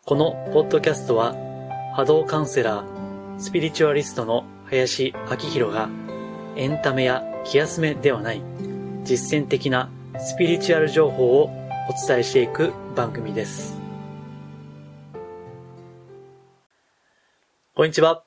このポッドキャストは波動カウンセラー、スピリチュアリストの林明宏がエンタメや気休めではない実践的なスピリチュアル情報をお伝えしていく番組です。こんにちは。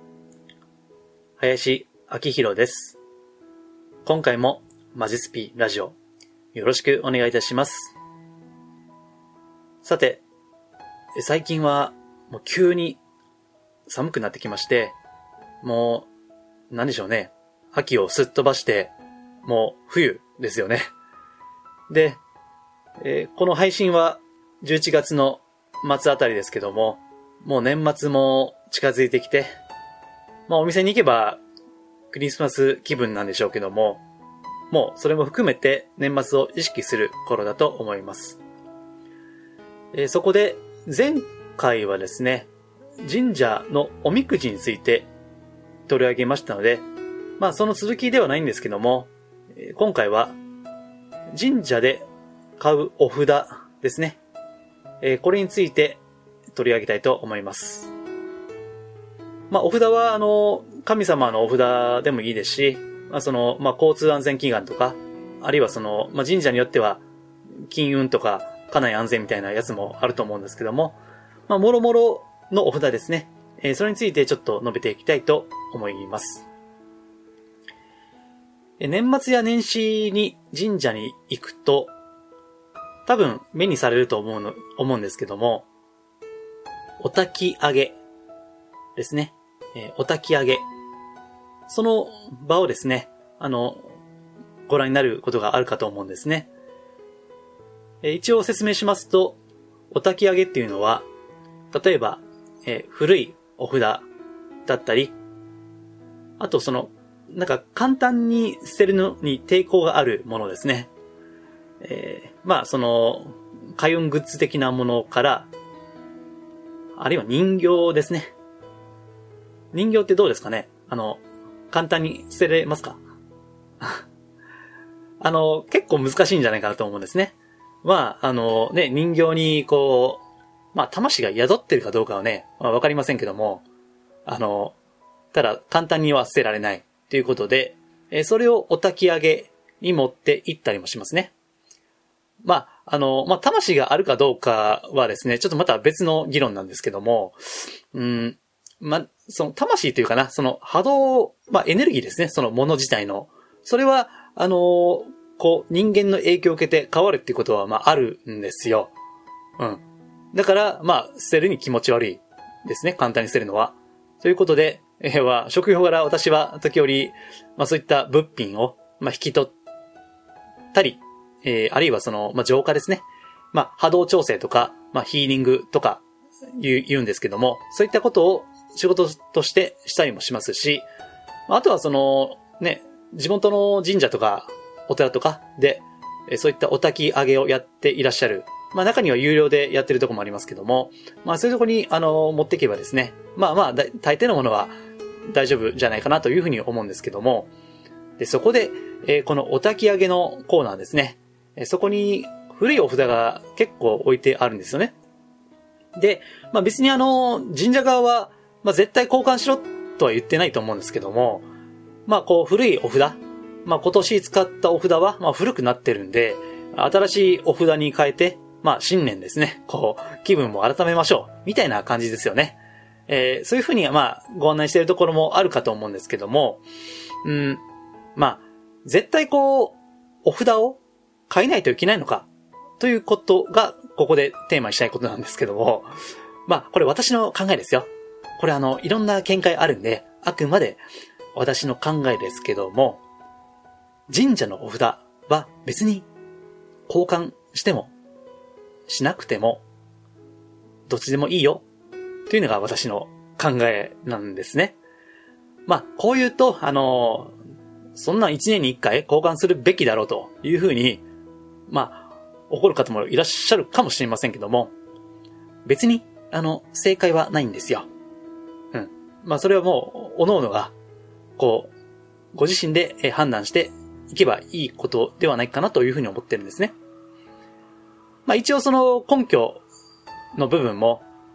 林明宏です。今回もマジスピラジオよろしくお願いいたします。さて、最近はもう急に寒くなってきまして、もう何でしょうね、秋をすっ飛ばしてもう冬ですよね。で、この配信は11月の末あたりですけども、もう年末も近づいてきて、お店に行けばクリスマス気分なんでしょうけども、もうそれも含めて年末を意識する頃だと思います。そこで前回はですね、神社のおみくじについて取り上げましたので、その続きではないんですけども、今回は神社で買うお札ですね。これについて取り上げたいと思います。お札は神様のお札でもいいですし、交通安全祈願とか、あるいは神社によっては金運とか家内安全みたいなやつもあると思うんですけども、もろもろのお札ですね。それについてちょっと述べていきたいと思います。年末や年始に神社に行くと、多分目にされると思うんですけども、お焚き上げですね。お焚き上げ。その場をですね、ご覧になることがあるかと思うんですね。一応説明しますと、お焚き上げっていうのは、例えば、古いお札だったり、あと簡単に捨てるのに抵抗があるものですね。開運グッズ的なものから、あるいは人形ですね。人形ってどうですかね？簡単に捨てれますか？結構難しいんじゃないかなと思うんですね。人形に魂が宿ってるかどうかはね、わかりませんけども、ただ簡単には捨てられないということで、それをお焚き上げに持って行ったりもしますね。魂があるかどうかはですね、ちょっとまた別の議論なんですけども、その魂というかな、その波動、エネルギーですね、そのもの自体の。それは、人間の影響を受けて変わるっていうことは、あるんですよ。だから、捨てるに気持ち悪いですね、簡単に捨てるのは。ということで、職業柄私は時折、そういった物品を、引き取ったり、あるいは浄化ですね。波動調整とか、ヒーリングとか言うんですけども、そういったことを仕事としてしたりもしますし、あとは地元の神社とかお寺とかで、そういったお焚き上げをやっていらっしゃる。中には有料でやってるところもありますけども、そういうところに持っていけばですね、大抵のものは大丈夫じゃないかなというふうに思うんですけども、で、そこで、このお焚き上げのコーナーですね、そこに古いお札が結構置いてあるんですよね。で、別に神社側は、絶対交換しろとは言ってないと思うんですけども、古いお札、今年使ったお札は、古くなってるんで、新しいお札に変えて、新年ですね、気分も改めましょう、みたいな感じですよね。そういうふうにご案内しているところもあるかと思うんですけども、絶対お札を変えないといけないのか、ということが、ここでテーマにしたいことなんですけども、これ私の考えですよ。これいろんな見解あるんで、あくまで私の考えですけども、神社のお札は別に交換しても、しなくても、どっちでもいいよ、というのが私の考えなんですね。こう言うと、そんな1年に1回交換するべきだろうというふうに、怒る方もいらっしゃるかもしれませんけども、別に、正解はないんですよ。それはもう、各々が、ご自身で判断していけばいいことではないかなというふうに思ってるんですね。一応その根拠の部分も、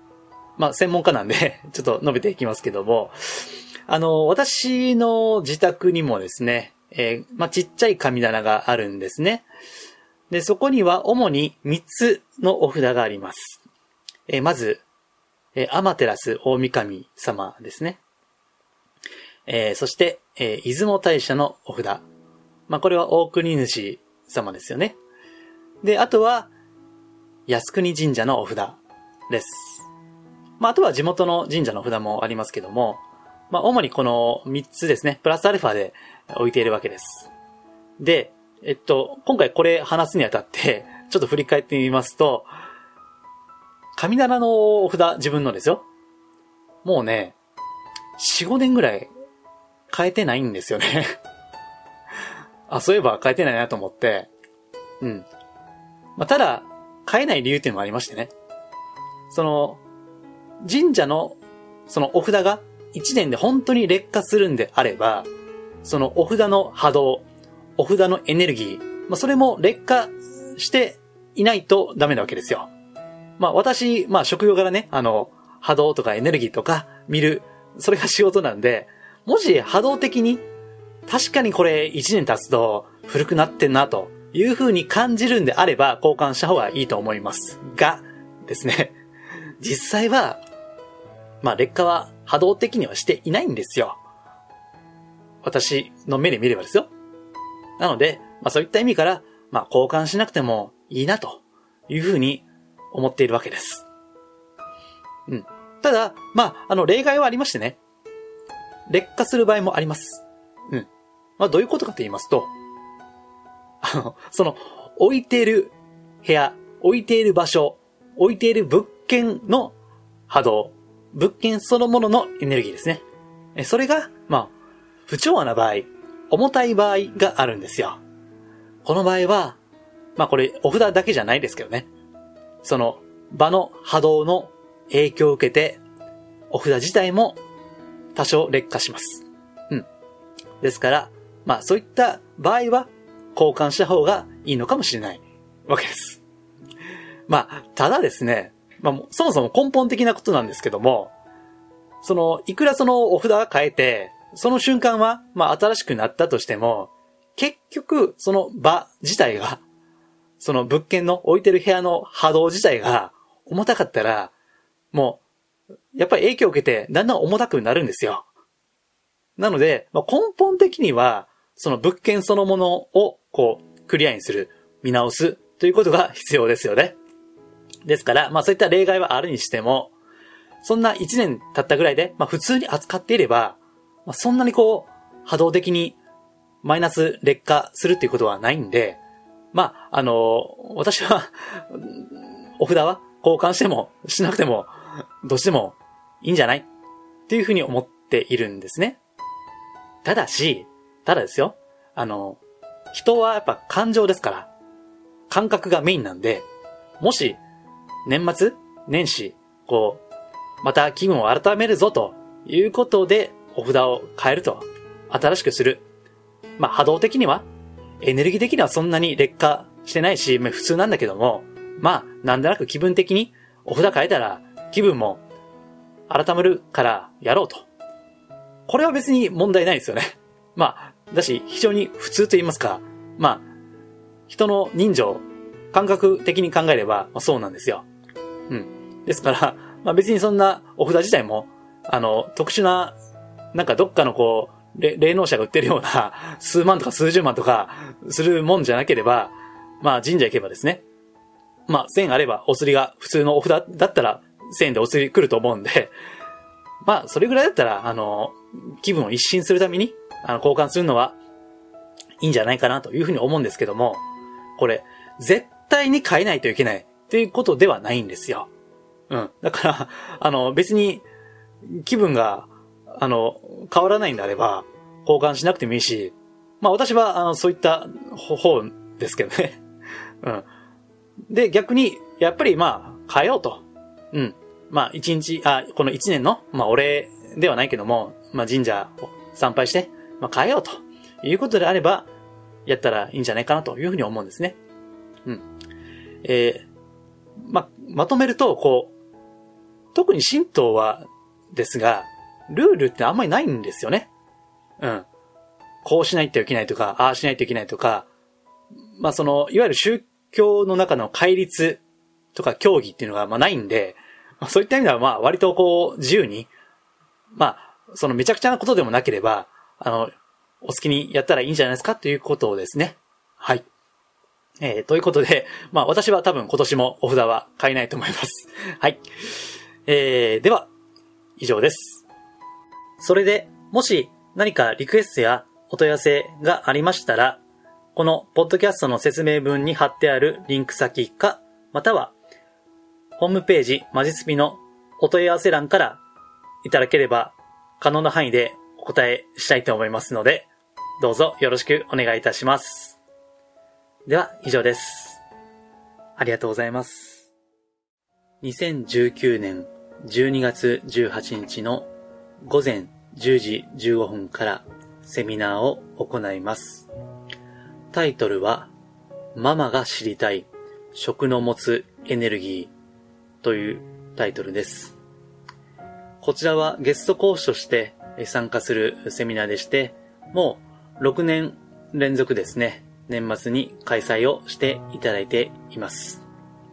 まあ、専門家なんで、ちょっと述べていきますけども、私の自宅にもですね、まあ、ちっちゃい神棚があるんですね。で、そこには主に3つのお札があります。まず、天照大神様ですね。そして、出雲大社のお札。まあ、これは大国主様ですよね。で、あとは、靖国神社のお札です。まあ、あとは地元の神社の札もありますけども、まあ、主にこの3つですね、プラスアルファで置いているわけです。で、今回これ話すにあたって、ちょっと振り返ってみますと、神棚のお札、自分のですよ。もうね、4、5年ぐらい変えてないんですよね。あ、そういえば変えてないなと思って、うん。まあ、ただ、変えない理由っていうのもありましてね。その、神社の、そのお札が1年で本当に劣化するんであれば、そのお札の波動、お札のエネルギー、まあ、それも劣化していないとダメなわけですよ。まあ私、まあ職業柄ね、波動とかエネルギーとか見る、それが仕事なんで、もし波動的に、確かにこれ1年経つと古くなってんなという風に感じるんであれば交換した方がいいと思いますが、ですね、実際は、まあ劣化は波動的にはしていないんですよ。私の目で見ればですよ。なので、まあそういった意味から、まあ交換しなくてもいいなという風に思っているわけです。うん。ただ、まあ、例外はありましてね。劣化する場合もあります。うん。まあどういうことかと言いますと、その、置いている部屋、置いている場所、置いている物件の波動、物件そのもののエネルギーですね。それが、まあ、不調和な場合、重たい場合があるんですよ。この場合は、まあこれ、お札だけじゃないですけどね。その場の波動の影響を受けて、お札自体も多少劣化します。うん。ですから、まあそういった場合は交換した方がいいのかもしれないわけです。まあ、ただですね、まあそもそも根本的なことなんですけども、いくらそのお札が変えて、その瞬間は、まあ新しくなったとしても、結局その場自体が、その物件の置いてる部屋の波動自体が重たかったら、もう、やっぱり影響を受けてだんだん重たくなるんですよ。なので、まあ、根本的には、その物件そのものをこう、クリアにする、見直すということが必要ですよね。ですから、まあそういった例外はあるにしても、そんな1年経ったぐらいで、まあ普通に扱っていれば、まあ、そんなにこう、波動的にマイナス劣化するっていうことはないんで、まあ、私は、お札は交換してもしなくても、どうしてもいいんじゃないっていうふうに思っているんですね。ただですよ。人はやっぱ感情ですから、感覚がメインなんで、もし、年末年始、こう、また気分を改めるぞということで、お札を変えると、新しくする。まあ波動的には、エネルギー的にはそんなに劣化してないし、まあ、普通なんだけども、まあなんとなく気分的にお札変えたら気分も改めるからやろうと。これは別に問題ないですよね。まあ、だし非常に普通と言いますか、まあ、人の人情、感覚的に考えれば、まあ、そうなんですよ。うん。ですから、まあ別にそんなお札自体も、特殊な、なんかどっかのこう、霊能者が売ってるような数万とか数十万とかするもんじゃなければ、まあ神社行けばですね。まあ1000円あればお釣りが普通のお札だったら1000円でお釣り来ると思うんで、まあそれぐらいだったら、気分を一新するために、交換するのはいいんじゃないかなというふうに思うんですけども、これ、絶対に変えないといけないっていうことではないんですよ。うん。だから、別に気分が変わらないんであれば、交換しなくてもいいし、まあ私は、そういった方ですけどね。うん。で、逆に、やっぱりまあ、変えようと。うん。まあ、この一年の、まあ、お礼ではないけども、まあ、神社を参拝して、まあ、変えようということであれば、やったらいいんじゃないかなというふうに思うんですね。うん。まとめると、こう、 特に神道はですが、ルールってあんまりないんですよね。こうしないといけないとか、ああしないといけないとか、いわゆる宗教の中の戒律とか教義っていうのがないんで、そういった意味では割と自由に、めちゃくちゃなことでもなければ、お好きにやったらいいんじゃないですかということをですね。はい。ということで、私は多分今年もお札は買えないと思います。はい。では、以上です。それで、もし何かリクエストやお問い合わせがありましたら、このポッドキャストの説明文に貼ってあるリンク先か、または、ホームページマジスピのお問い合わせ欄からいただければ可能な範囲でお答えしたいと思いますので、どうぞよろしくお願いいたします。では以上です。ありがとうございます。2019年12月18日の午前10時15分からセミナーを行います。タイトルは、ママが知りたい食の持つエネルギーというタイトルです。こちらはゲスト講師として参加するセミナーでして、もう6年連続ですね、年末に開催をしていただいています。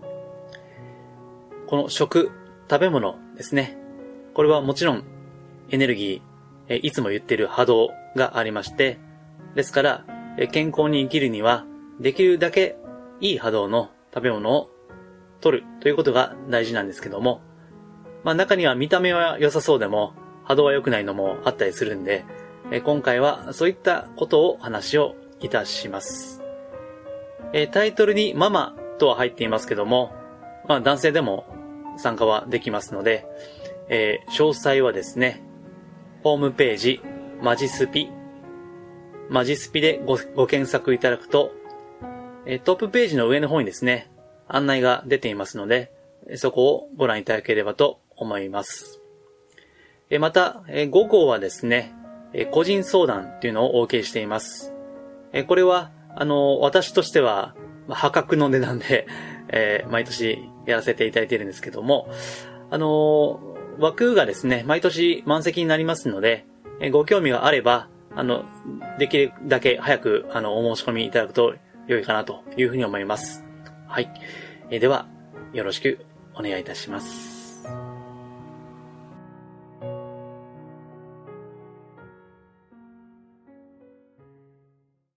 この食べ物ですね。これはもちろんエネルギー、いつも言っている波動がありまして、ですから健康に生きるにはできるだけいい波動の食べ物を取るということが大事なんですけども、中には見た目は良さそうでも波動は良くないのもあったりするんで、今回はそういったことを話をいたします。タイトルにママとは入っていますけども、男性でも参加はできますので、詳細はですね、ホームページマジスピでご検索いただくと、トップページの上の方にですね、案内が出ていますので、そこをご覧いただければと思います。また、午後はですね、個人相談っていうのをお受けしています。これは、私としては、破格の値段で、毎年やらせていただいているんですけども、枠がですね、毎年満席になりますので、ご興味があれば、できるだけ早く、お申し込みいただくと良いかなというふうに思います。はい。では、よろしくお願いいたします。